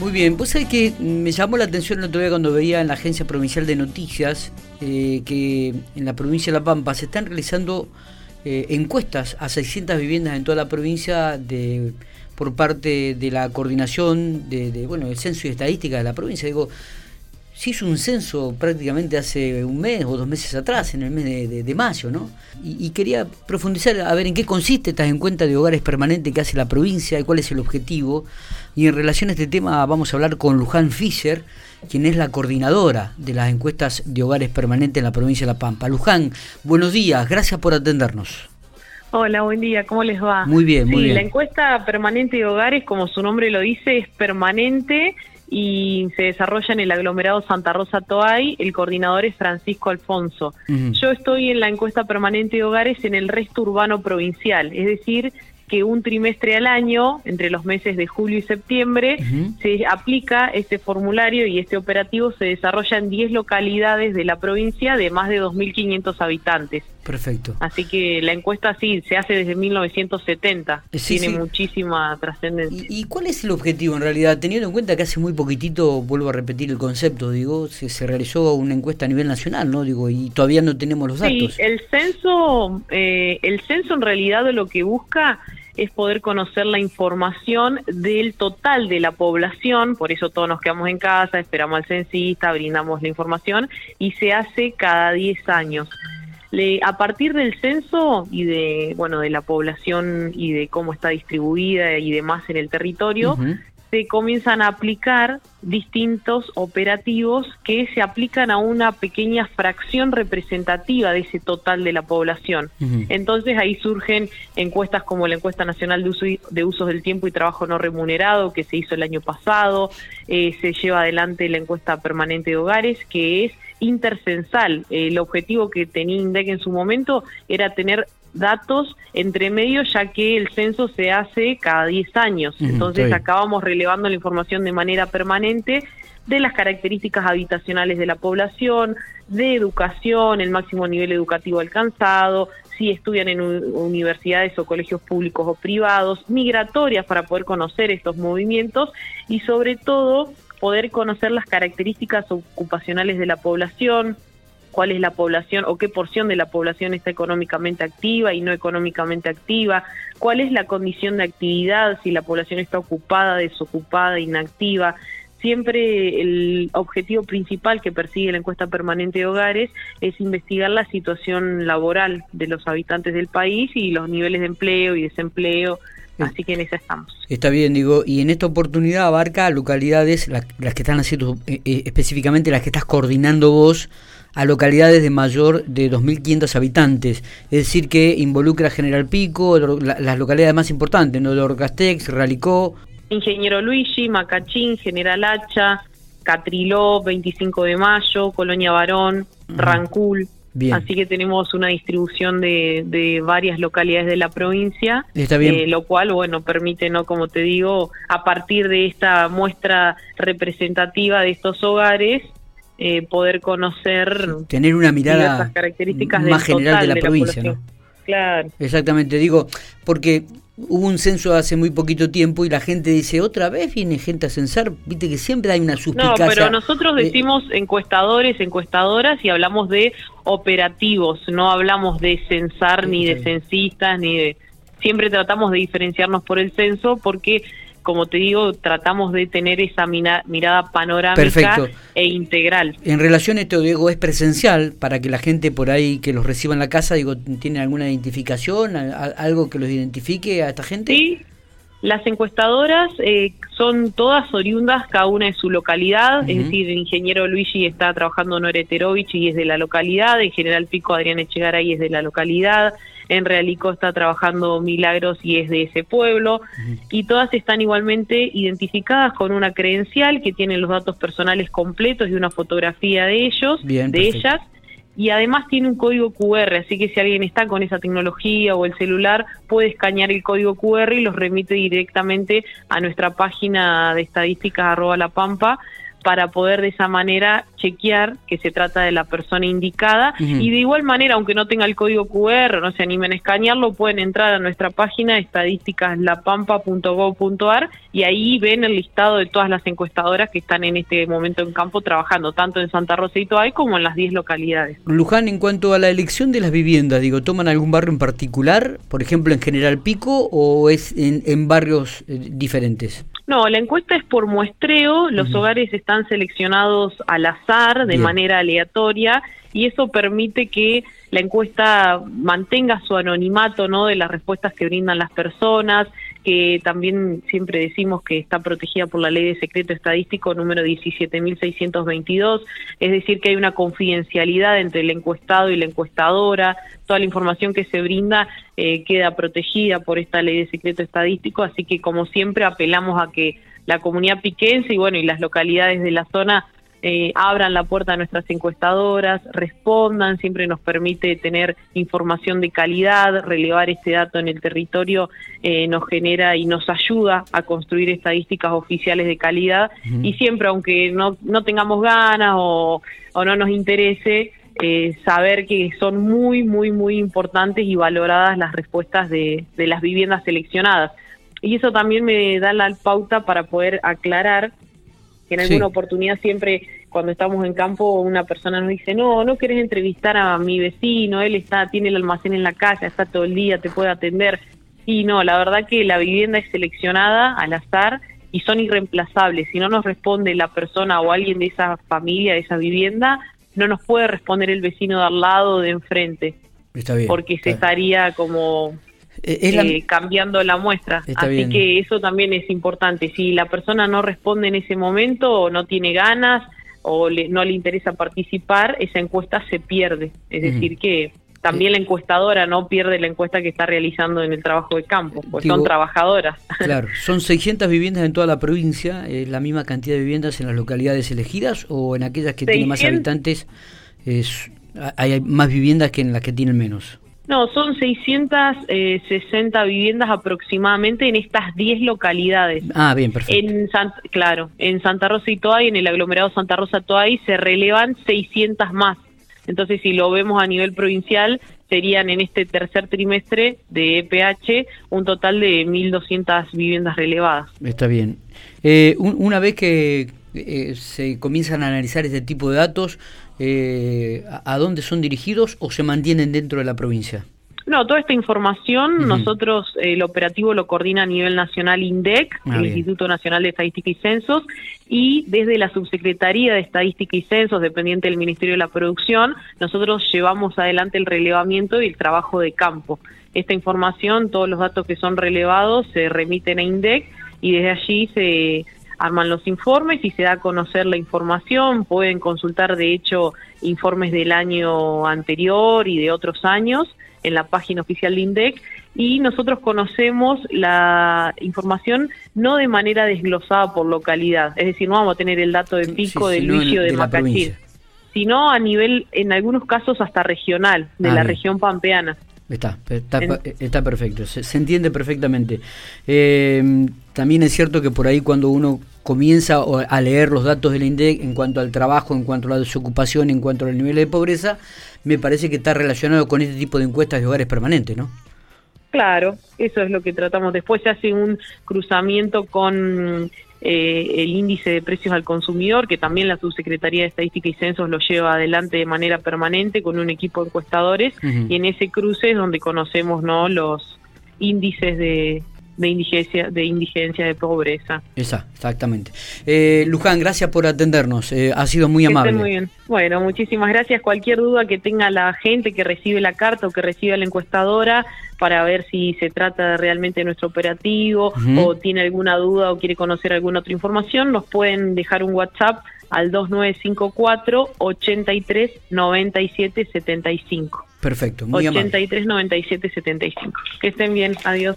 Muy bien, vos sabés que me llamó la atención el otro día cuando veía en la Agencia Provincial de Noticias que en la provincia de La Pampa se están realizando encuestas a 600 viviendas en toda la provincia por parte de la coordinación del Censo y Estadística de la provincia. Digo, se hizo un censo prácticamente hace un mes o 2 meses atrás, en el mes de mayo, ¿no? Y quería profundizar a ver en qué consiste estas encuestas de hogares permanentes que hace la provincia y cuál es el objetivo. Y en relación a este tema vamos a hablar con Luján Fischer, quien es la coordinadora de las encuestas de hogares permanentes en la provincia de La Pampa. Luján, buenos días, gracias por atendernos. Hola, buen día, ¿cómo les va? Muy bien, muy bien. La encuesta permanente de hogares, como su nombre lo dice, es permanente y se desarrolla en el aglomerado Santa Rosa Toay. El coordinador es Francisco Alfonso. Yo estoy en la encuesta permanente de hogares en el resto urbano provincial, es decir, que un trimestre al año, entre los meses de julio y septiembre, se aplica este formulario y este operativo se desarrolla en 10 localidades de la provincia de más de 2.500 habitantes. Perfecto. Así que la encuesta sí, se hace desde 1970, tiene muchísima trascendencia. ¿Y cuál es el objetivo en realidad? Teniendo en cuenta que hace muy poquitito, vuelvo a repetir el concepto, digo, se realizó una encuesta a nivel nacional, ¿no? Digo, y todavía no tenemos los datos. Sí, el censo en realidad lo que busca es poder conocer la información del total de la población, por eso todos nos quedamos en casa, esperamos al censista, brindamos la información, y se hace cada 10 años. A partir del censo y de la población y de cómo está distribuida y demás en el territorio, se comienzan a aplicar distintos operativos que se aplican a una pequeña fracción representativa de ese total de la población. Entonces ahí surgen encuestas como la encuesta nacional de usos del tiempo y trabajo no remunerado, que se hizo el año pasado. Se lleva adelante la encuesta permanente de hogares, que es intercensal. El objetivo que tenía INDEC en su momento era tener datos entre medio, ya que el censo se hace cada 10 años. Entonces acabamos relevando la información de manera permanente de las características habitacionales de la población, de educación, el máximo nivel educativo alcanzado, si estudian en universidades o colegios públicos o privados, migratorias para poder conocer estos movimientos y sobre todo poder conocer las características ocupacionales de la población, cuál es la población o qué porción de la población está económicamente activa y no económicamente activa, cuál es la condición de actividad, si la población está ocupada, desocupada, inactiva. Siempre el objetivo principal que persigue la encuesta permanente de hogares es investigar la situación laboral de los habitantes del país y los niveles de empleo y desempleo. Así que en esa estamos. Está bien, digo, y en esta oportunidad abarca localidades, las que están haciendo, específicamente las que estás coordinando vos, a localidades de mayor de 2.500 habitantes. Es decir, que involucra General Pico, las localidades más importantes, ¿no? Orcastex, Ralicó. Ingeniero Luigi, Macachín, General Hacha, Catriló, 25 de Mayo, Colonia Barón, Rancul. Bien. Así que tenemos una distribución de varias localidades de la provincia. Está bien. Lo cual, permite, ¿no? Como te digo, a partir de esta muestra representativa de estos hogares, poder conocer, tener una mirada características más general de la provincia, ¿no? Claro. Exactamente, digo, porque hubo un censo hace muy poquito tiempo y la gente dice, otra vez viene gente a censar, viste que siempre hay una suspicacia. No, pero nosotros decimos encuestadores, encuestadoras y hablamos de operativos, no hablamos de censar ni de censistas, siempre tratamos de diferenciarnos por el censo porque, como te digo, tratamos de tener esa mirada panorámica e integral. En relación a esto, Diego, ¿es presencial para que la gente por ahí que los reciba en la casa, tiene alguna identificación, algo que los identifique a esta gente? Sí, las encuestadoras son todas oriundas, cada una de su localidad, es decir, el ingeniero Luigi está trabajando en Oreterovich y es de la localidad, en General Pico Adrián Echegaray es de la localidad, en Realicó está trabajando Milagros y es de ese pueblo, y todas están igualmente identificadas con una credencial que tiene los datos personales completos y una fotografía de ellos, ellas, y además tiene un código QR, así que si alguien está con esa tecnología o el celular, puede escanear el código QR y los remite directamente a nuestra página de estadísticas @lapampa, para poder de esa manera chequear que se trata de la persona indicada. Y de igual manera, aunque no tenga el código QR, no se animen a escanearlo, pueden entrar a nuestra página estadísticaslapampa.gov.ar y ahí ven el listado de todas las encuestadoras que están en este momento en campo trabajando, tanto en Santa Rosa y Toay como en las 10 localidades. Luján, en cuanto a la elección de las viviendas, ¿toman algún barrio en particular, por ejemplo en General Pico, o es en barrios diferentes? No, la encuesta es por muestreo, los hogares están seleccionados al azar, de manera aleatoria, y eso permite que la encuesta mantenga su anonimato, ¿no?, de las respuestas que brindan las personas, que también siempre decimos que está protegida por la Ley de Secreto Estadístico número 17.622, es decir, que hay una confidencialidad entre el encuestado y la encuestadora, toda la información que se brinda queda protegida por esta Ley de Secreto Estadístico, así que como siempre apelamos a que la comunidad piquense y las localidades de la zona abran la puerta a nuestras encuestadoras, respondan, siempre nos permite tener información de calidad, relevar este dato en el territorio nos genera y nos ayuda a construir estadísticas oficiales de calidad, y siempre, aunque no tengamos ganas o no nos interese, saber que son muy, muy, muy importantes y valoradas las respuestas de las viviendas seleccionadas. Y eso también me da la pauta para poder aclarar que en alguna oportunidad siempre cuando estamos en campo una persona nos dice, no querés entrevistar a mi vecino, él tiene el almacén en la casa, está todo el día, te puede atender. Y no, la verdad que la vivienda es seleccionada al azar y son irreemplazables. Si no nos responde la persona o alguien de esa familia, de esa vivienda, no nos puede responder el vecino de al lado o de enfrente. Está bien, porque se estaría como cambiando la muestra. Está Así bien. que eso también es importante. Si la persona no responde en ese momento o no tiene ganas o no le interesa participar, esa encuesta se pierde. Es decir que también la encuestadora no pierde la encuesta que está realizando en el trabajo de campo, pues son trabajadoras. Claro, ¿son 600 viviendas en toda la provincia? ¿Es la misma cantidad de viviendas en las localidades elegidas o en aquellas que tienen más habitantes hay más viviendas que en las que tienen menos? No, son 660 viviendas aproximadamente en estas 10 localidades. Ah, bien, perfecto. En Santa Rosa y Toay, en el aglomerado Santa Rosa Toay, se relevan 600 más. Entonces, si lo vemos a nivel provincial, serían en este tercer trimestre de EPH un total de 1.200 viviendas relevadas. Está bien. Una vez que se comienzan a analizar este tipo de datos, ¿a dónde son dirigidos o se mantienen dentro de la provincia? No, toda esta información nosotros, el operativo lo coordina a nivel nacional INDEC, el Instituto Nacional de Estadística y Censos, y desde la Subsecretaría de Estadística y Censos, dependiente del Ministerio de la Producción, nosotros llevamos adelante el relevamiento y el trabajo de campo. Esta información, todos los datos que son relevados se remiten a INDEC y desde allí se arman los informes y se da a conocer la información. Pueden consultar, de hecho, informes del año anterior y de otros años en la página oficial de INDEC, y nosotros conocemos la información no de manera desglosada por localidad, es decir, no vamos a tener el dato de Pico, de Luillo, de Macachín, sino a nivel, en algunos casos hasta regional, de la región pampeana. Está perfecto, se entiende perfectamente. También es cierto que por ahí cuando uno comienza a leer los datos del INDEC en cuanto al trabajo, en cuanto a la desocupación, en cuanto al nivel de pobreza, me parece que está relacionado con este tipo de encuestas de hogares permanentes, ¿no? Claro, eso es lo que tratamos. Después se hace un cruzamiento con el índice de precios al consumidor, que también la Subsecretaría de Estadística y Censos lo lleva adelante de manera permanente con un equipo de encuestadores, y en ese cruce es donde conocemos, ¿no?, los índices de indigencia de pobreza. Exactamente. Luján, gracias por atendernos, ha sido muy amable. Muy bien. Bueno, muchísimas gracias. Cualquier duda que tenga la gente que recibe la carta o que recibe la encuestadora para ver si se trata realmente de nuestro operativo o tiene alguna duda o quiere conocer alguna otra información, nos pueden dejar un WhatsApp al 2954 83 97 75. Perfecto, muy amable. 83 97 75. Que estén bien, adiós.